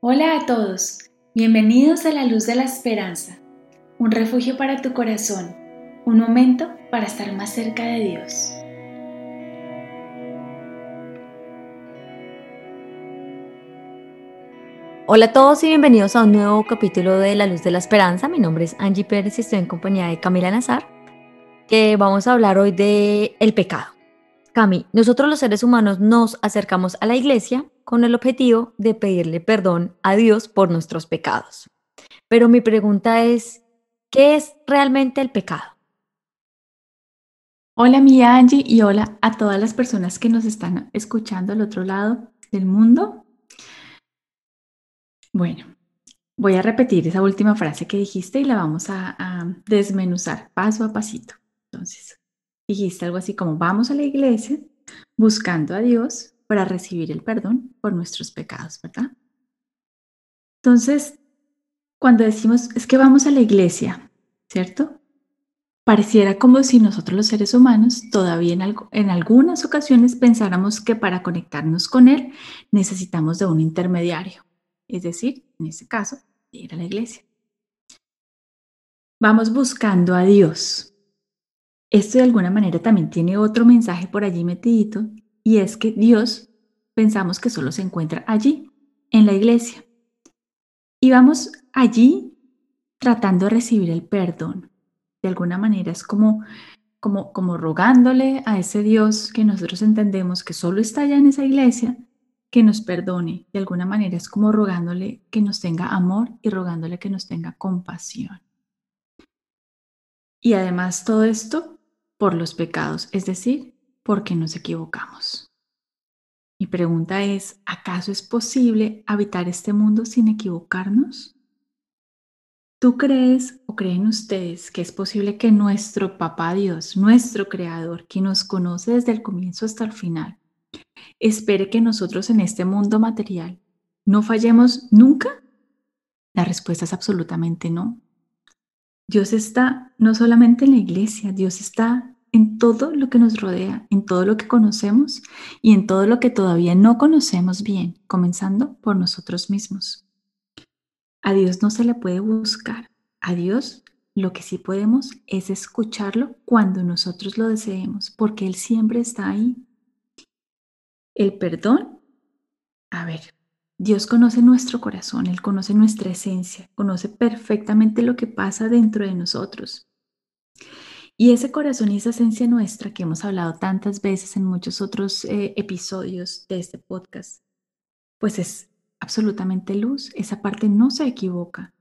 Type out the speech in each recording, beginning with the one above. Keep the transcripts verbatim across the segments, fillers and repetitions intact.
Hola a todos, bienvenidos a la luz de la esperanza, un refugio para tu corazón, un momento para estar más cerca de Dios. Hola a todos y bienvenidos a un nuevo capítulo de La Luz de la Esperanza. Mi nombre es Angie Pérez y estoy en compañía de Camila Nazar, que vamos a hablar hoy de el pecado. Cami, nosotros los seres humanos nos acercamos a la iglesia con el objetivo de pedirle perdón a Dios por nuestros pecados. Pero mi pregunta es, ¿qué es realmente el pecado? Hola mi Angie y hola a todas las personas que nos están escuchando al otro lado del mundo. Bueno, voy a repetir esa última frase que dijiste y la vamos a, a desmenuzar paso a pasito. Entonces, dijiste algo así como vamos a la iglesia buscando a Dios para recibir el perdón por nuestros pecados, ¿verdad? Entonces, cuando decimos es que vamos a la iglesia, ¿cierto? Pareciera como si nosotros los seres humanos todavía en, algo, en algunas ocasiones pensáramos que para conectarnos con Él necesitamos de un intermediario, es decir, en este caso, ir a la iglesia. Vamos buscando a Dios. Esto de alguna manera también tiene otro mensaje por allí metidito y es que Dios pensamos que solo se encuentra allí, en la iglesia. Y vamos allí tratando de recibir el perdón. De alguna manera es como, como, como rogándole a ese Dios que nosotros entendemos que solo está allá en esa iglesia, que nos perdone. De alguna manera es como rogándole que nos tenga amor y rogándole que nos tenga compasión. Y además todo esto por los pecados, es decir, porque nos equivocamos. Mi pregunta es, ¿acaso es posible habitar este mundo sin equivocarnos? ¿Tú crees o creen ustedes que es posible que nuestro Papá Dios, nuestro Creador, que nos conoce desde el comienzo hasta el final, espere que nosotros en este mundo material no fallemos nunca? La respuesta es absolutamente no. Dios está no solamente en la iglesia, Dios está en todo lo que nos rodea, en todo lo que conocemos y en todo lo que todavía no conocemos bien, comenzando por nosotros mismos. A Dios no se le puede buscar. A Dios lo que sí podemos es escucharlo cuando nosotros lo deseemos, porque Él siempre está ahí. El perdón, a ver, Dios conoce nuestro corazón, Él conoce nuestra esencia, conoce perfectamente lo que pasa dentro de nosotros. Y ese corazón y esa esencia nuestra que hemos hablado tantas veces en muchos otros eh, episodios de este podcast, pues es absolutamente luz. Esa parte no se equivoca.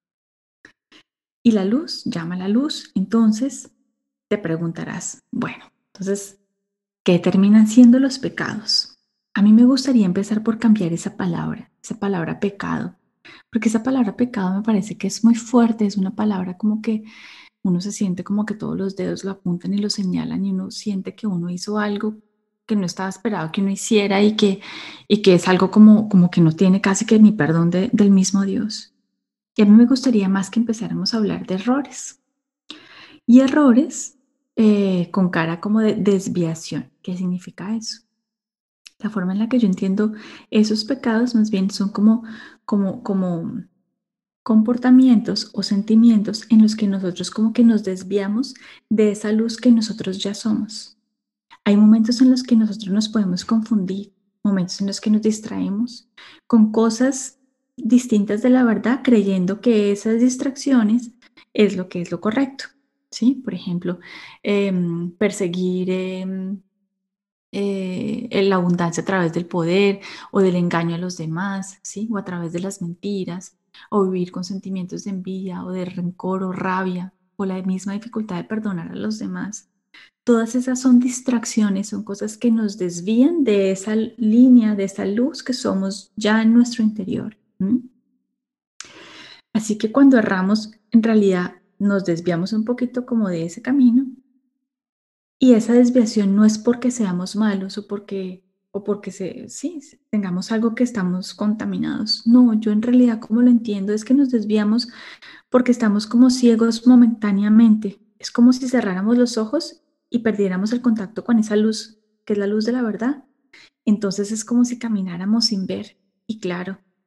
Y la luz llama a la luz. Entonces te preguntarás, bueno, entonces, ¿qué terminan siendo los pecados? A mí me gustaría empezar por cambiar esa palabra, esa palabra pecado, porque esa palabra pecado me parece que es muy fuerte, es una palabra como que uno se siente como que todos los dedos lo apuntan y lo señalan y uno siente que uno hizo algo que no estaba esperado que uno hiciera y que, y que es algo como, como que no tiene casi que ni perdón de, del mismo Dios. Y a mí me gustaría más que empezáramos a hablar de errores. Y errores eh, con cara como de desviación. ¿Qué significa eso? La forma en la que yo entiendo esos pecados más bien son como, como, como comportamientos o sentimientos en los que nosotros como que nos desviamos de esa luz que nosotros ya somos. Hay momentos en los que nosotros nos podemos confundir, momentos en los que nos distraemos con cosas distintas de la verdad, creyendo que esas distracciones es lo que es lo correcto. ¿Sí? Por ejemplo, eh, perseguir eh, eh, la abundancia a través del poder o del engaño a los demás, ¿sí? O a través de las mentiras, o vivir con sentimientos de envidia o de rencor o rabia, o la misma dificultad de perdonar a los demás. Todas esas son distracciones, son cosas que nos desvían de esa línea, de esa luz que somos ya en nuestro interior. ¿m? Así que cuando erramos, en realidad nos desviamos un poquito como de ese camino. Y esa desviación no es porque seamos malos o porque, o porque se, sí, tengamos algo que estamos contaminados. No, yo en realidad como lo entiendo es que nos desviamos porque estamos como ciegos momentáneamente. Es como si cerráramos los ojos y perdiéramos el contacto con esa luz, que es la luz de la verdad. Entonces es como si camináramos sin ver. Y claro,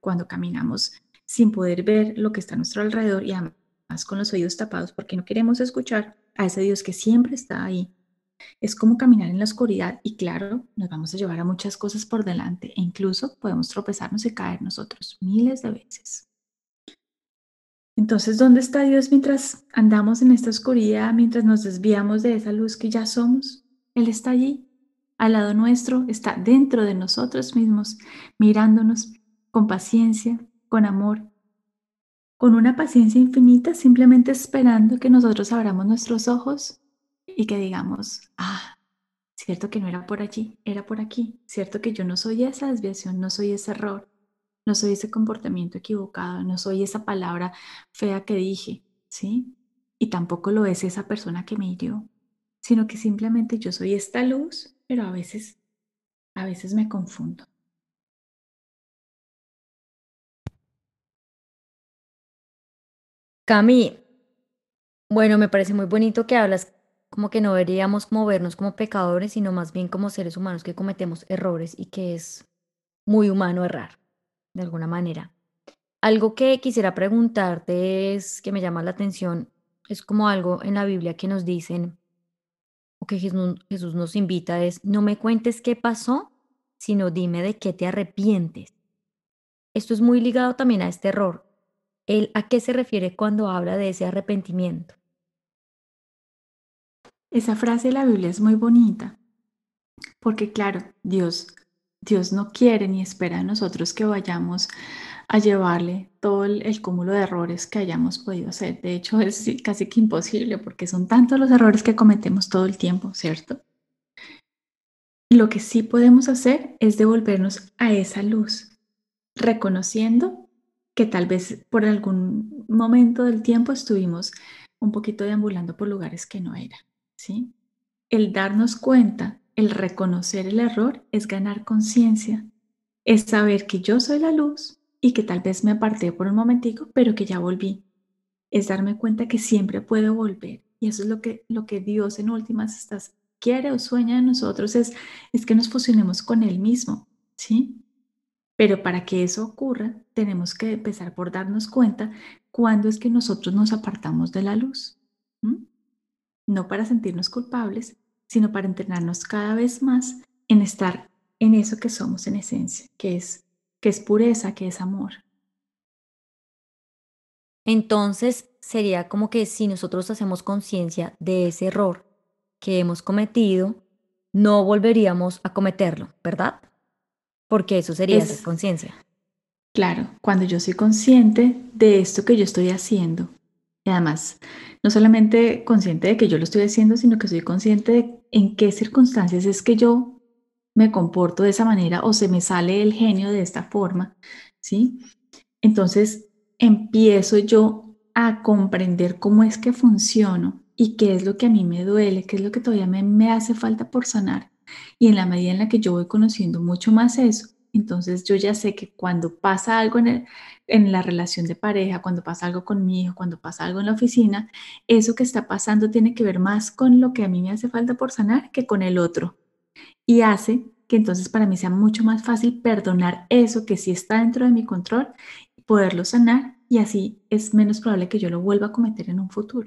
cuando caminamos sin poder ver lo que está a nuestro alrededor y además con los oídos tapados porque no queremos escuchar a ese Dios que siempre está ahí. Es como caminar en la oscuridad y claro, nos vamos a llevar a muchas cosas por delante e incluso podemos tropezarnos y caer nosotros miles de veces. Entonces, ¿dónde está Dios mientras andamos en esta oscuridad, mientras nos desviamos de esa luz que ya somos? Él está allí, al lado nuestro, está dentro de nosotros mismos, mirándonos con paciencia, con amor, con una paciencia infinita, simplemente esperando que nosotros abramos nuestros ojos y que digamos, ah, cierto que no era por allí, era por aquí, cierto que yo no soy esa desviación, no soy ese error. No soy ese comportamiento equivocado, no soy esa palabra fea que dije, ¿sí? Y tampoco lo es esa persona que me hirió, sino que simplemente yo soy esta luz, pero a veces, a veces me confundo. Cami, bueno, me parece muy bonito que hablas como que no deberíamos como vernos como pecadores, sino más bien como seres humanos que cometemos errores y que es muy humano errar, de alguna manera. Algo que quisiera preguntarte es, que me llama la atención, es como algo en la Biblia que nos dicen, o que Jesús, Jesús nos invita, es, no me cuentes qué pasó, sino dime de qué te arrepientes. Esto es muy ligado también a este error. ¿Él a qué se refiere cuando habla de ese arrepentimiento? Esa frase de la Biblia es muy bonita, porque claro, Dios, Dios no quiere ni espera de nosotros que vayamos a llevarle todo el, el cúmulo de errores que hayamos podido hacer. De hecho, es sí, casi que imposible porque son tantos los errores que cometemos todo el tiempo, ¿cierto? Lo que sí podemos hacer es devolvernos a esa luz, reconociendo que tal vez por algún momento del tiempo estuvimos un poquito deambulando por lugares que no era, ¿sí? El darnos cuenta, el reconocer el error es ganar conciencia, es saber que yo soy la luz y que tal vez me aparté por un momentico, pero que ya volví. Es darme cuenta que siempre puedo volver. Y eso es lo que, lo que Dios en últimas estas, quiere o sueña de nosotros, es, es que nos fusionemos con Él mismo, ¿sí? Pero para que eso ocurra, tenemos que empezar por darnos cuenta cuándo es que nosotros nos apartamos de la luz. ¿M? No para sentirnos culpables, sino para entrenarnos cada vez más en estar en eso que somos en esencia, que es, que es pureza, que es amor. Entonces, sería como que si nosotros hacemos conciencia de ese error que hemos cometido, no volveríamos a cometerlo, ¿verdad? Porque eso sería hacer Es conciencia. claro, cuando yo soy consciente de esto que yo estoy haciendo. Y además, no solamente consciente de que yo lo estoy haciendo, sino que soy consciente de en qué circunstancias es que yo me comporto de esa manera o se me sale el genio de esta forma, ¿sí? Entonces empiezo yo a comprender cómo es que funciono y qué es lo que a mí me duele, qué es lo que todavía me, me hace falta por sanar. Y en la medida en la que yo voy conociendo mucho más eso, entonces yo ya sé que cuando pasa algo en, el- en la relación de pareja, cuando pasa algo con mi hijo, cuando pasa algo en la oficina, eso que está pasando tiene que ver más con lo que a mí me hace falta por sanar que con el otro. Y hace que entonces para mí sea mucho más fácil perdonar eso que sí está dentro de mi control, poderlo sanar y así es menos probable que yo lo vuelva a cometer en un futuro.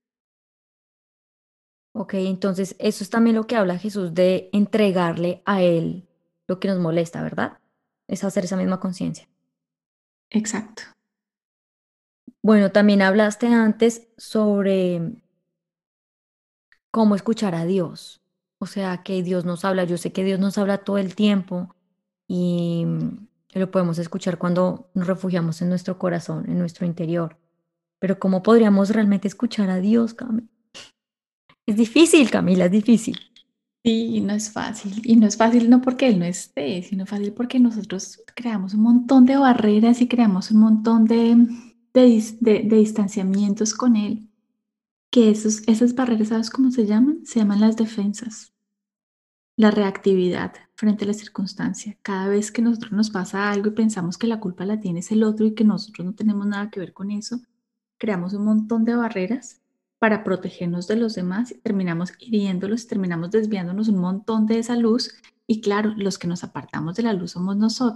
Ok, entonces eso es también lo que habla Jesús de entregarle a Él lo que nos molesta, ¿verdad? Es hacer esa misma conciencia. Exacto. Bueno, también hablaste antes sobre cómo escuchar a Dios. O sea, que Dios nos habla. Yo sé que Dios nos habla todo el tiempo y mm, lo podemos escuchar cuando nos refugiamos en nuestro corazón, en nuestro interior. Pero ¿cómo podríamos realmente escuchar a Dios, Camila? Es difícil, Camila, es difícil. Sí, no es fácil. Y no es fácil no porque él no esté, sino fácil porque nosotros creamos un montón de barreras y creamos un montón de, de, dis- de- de distanciamientos con él. Que esos, esas barreras, ¿sabes cómo se llaman? Se llaman las defensas. La reactividad frente a la circunstancia. Cada vez que nosotros nos pasa algo y pensamos que la culpa la tiene es el otro y que nosotros no tenemos nada que ver con eso, creamos un montón de barreras para protegernos de los demás y terminamos hiriéndolos, terminamos desviándonos un montón de esa luz y claro, los que nos apartamos de la luz somos nosotros.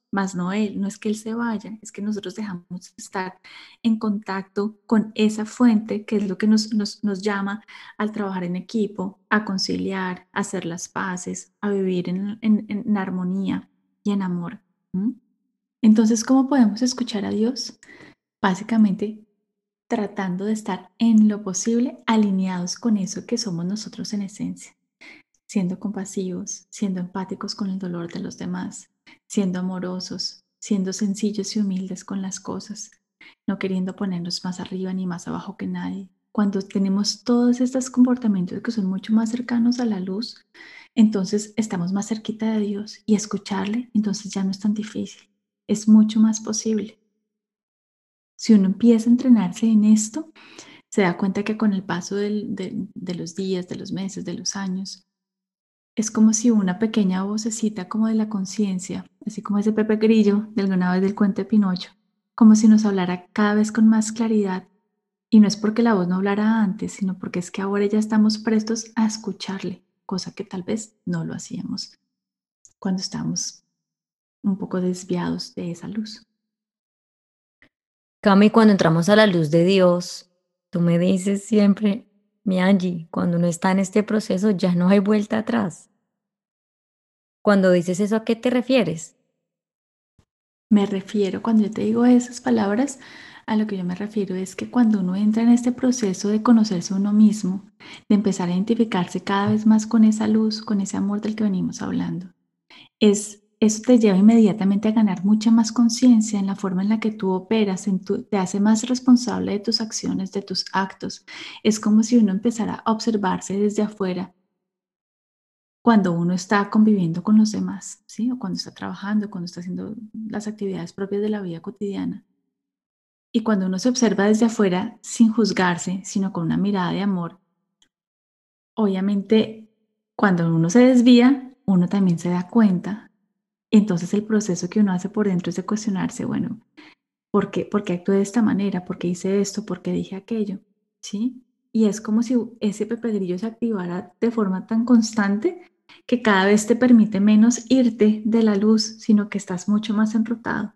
más no Él. No es que Él se vaya, es que nosotros dejamos de estar en contacto con esa fuente que es lo que nos, nos, nos llama al trabajar en equipo, a conciliar, a hacer las paces, a vivir en, en, en armonía y en amor. ¿Mm? Entonces, ¿cómo podemos escuchar a Dios? Básicamente tratando de estar en lo posible alineados con eso que somos nosotros en esencia, siendo compasivos, siendo empáticos con el dolor de los demás, siendo amorosos, siendo sencillos y humildes con las cosas, no queriendo ponernos más arriba ni más abajo que nadie. Cuando tenemos todos estos comportamientos que son mucho más cercanos a la luz, entonces estamos más cerquita de Dios y escucharle, entonces ya no es tan difícil, es mucho más posible. Si uno empieza a entrenarse en esto, se da cuenta que con el paso del, de, de los días, de los meses, de los años, es como si una pequeña vocecita como de la conciencia, así como ese Pepe Grillo de alguna vez del cuento de Pinocho, como si nos hablara cada vez con más claridad. Y no es porque la voz no hablara antes, sino porque es que ahora ya estamos prestos a escucharle, cosa que tal vez no lo hacíamos cuando estábamos un poco desviados de esa luz. Cami, cuando entramos a la luz de Dios, tú me dices siempre, mi Angie, cuando uno está en este proceso ya no hay vuelta atrás. Cuando dices eso, ¿a qué te refieres? Me refiero, cuando yo te digo esas palabras, a lo que yo me refiero es que cuando uno entra en este proceso de conocerse a uno mismo, de empezar a identificarse cada vez más con esa luz, con ese amor del que venimos hablando, es, eso te lleva inmediatamente a ganar mucha más conciencia en la forma en la que tú operas, en tu, te hace más responsable de tus acciones, de tus actos. Es como si uno empezara a observarse desde afuera cuando uno está conviviendo con los demás, ¿sí? O cuando está trabajando, cuando está haciendo las actividades propias de la vida cotidiana. Y cuando uno se observa desde afuera sin juzgarse, sino con una mirada de amor, obviamente cuando uno se desvía, uno también se da cuenta. Entonces el proceso que uno hace por dentro es de cuestionarse, bueno, ¿por qué, ¿por qué actué de esta manera? ¿Por qué hice esto? ¿Por qué dije aquello? ¿Sí? Y es como si ese Pepe Grillo se activara de forma tan constante que cada vez te permite menos irte de la luz, sino que estás mucho más enrutado.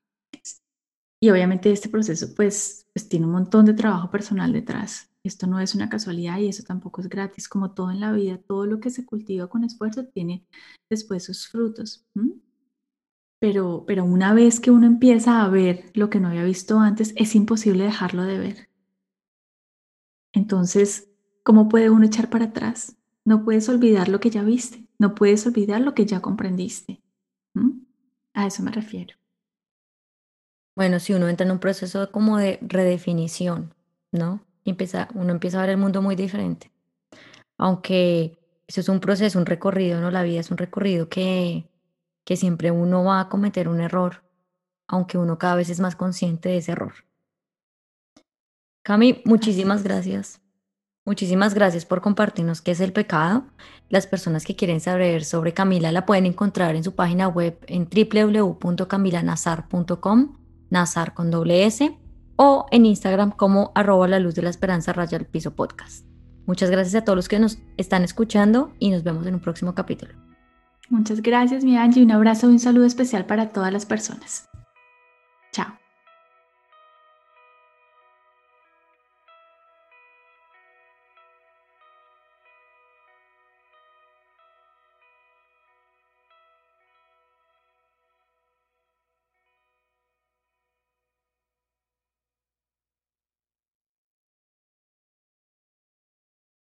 Y obviamente este proceso pues, pues tiene un montón de trabajo personal detrás. Esto no es una casualidad y eso tampoco es gratis. Como todo en la vida, todo lo que se cultiva con esfuerzo tiene después sus frutos. ¿Mm? Pero, pero una vez que uno empieza a ver lo que no había visto antes, es imposible dejarlo de ver. Entonces, ¿cómo puede uno echar para atrás? No puedes olvidar lo que ya viste, no puedes olvidar lo que ya comprendiste. ¿Mm? A eso me refiero. Bueno, si uno entra en un proceso como de redefinición, ¿no? Y empieza, uno empieza a ver el mundo muy diferente. Aunque eso es un proceso, un recorrido, ¿no? La vida es un recorrido que, que siempre uno va a cometer un error, aunque uno cada vez es más consciente de ese error. Cami, Así muchísimas es. gracias. Muchísimas gracias por compartirnos qué es el pecado. Las personas que quieren saber sobre Camila la pueden encontrar en su página web en w w w punto camila nazar punto com, Nazar con doble S, o en Instagram como arroba la luz de la esperanza raya al piso podcast. Muchas gracias a todos los que nos están escuchando y nos vemos en un próximo capítulo. Muchas gracias, mi Angie. Un abrazo y un saludo especial para todas las personas. Chao.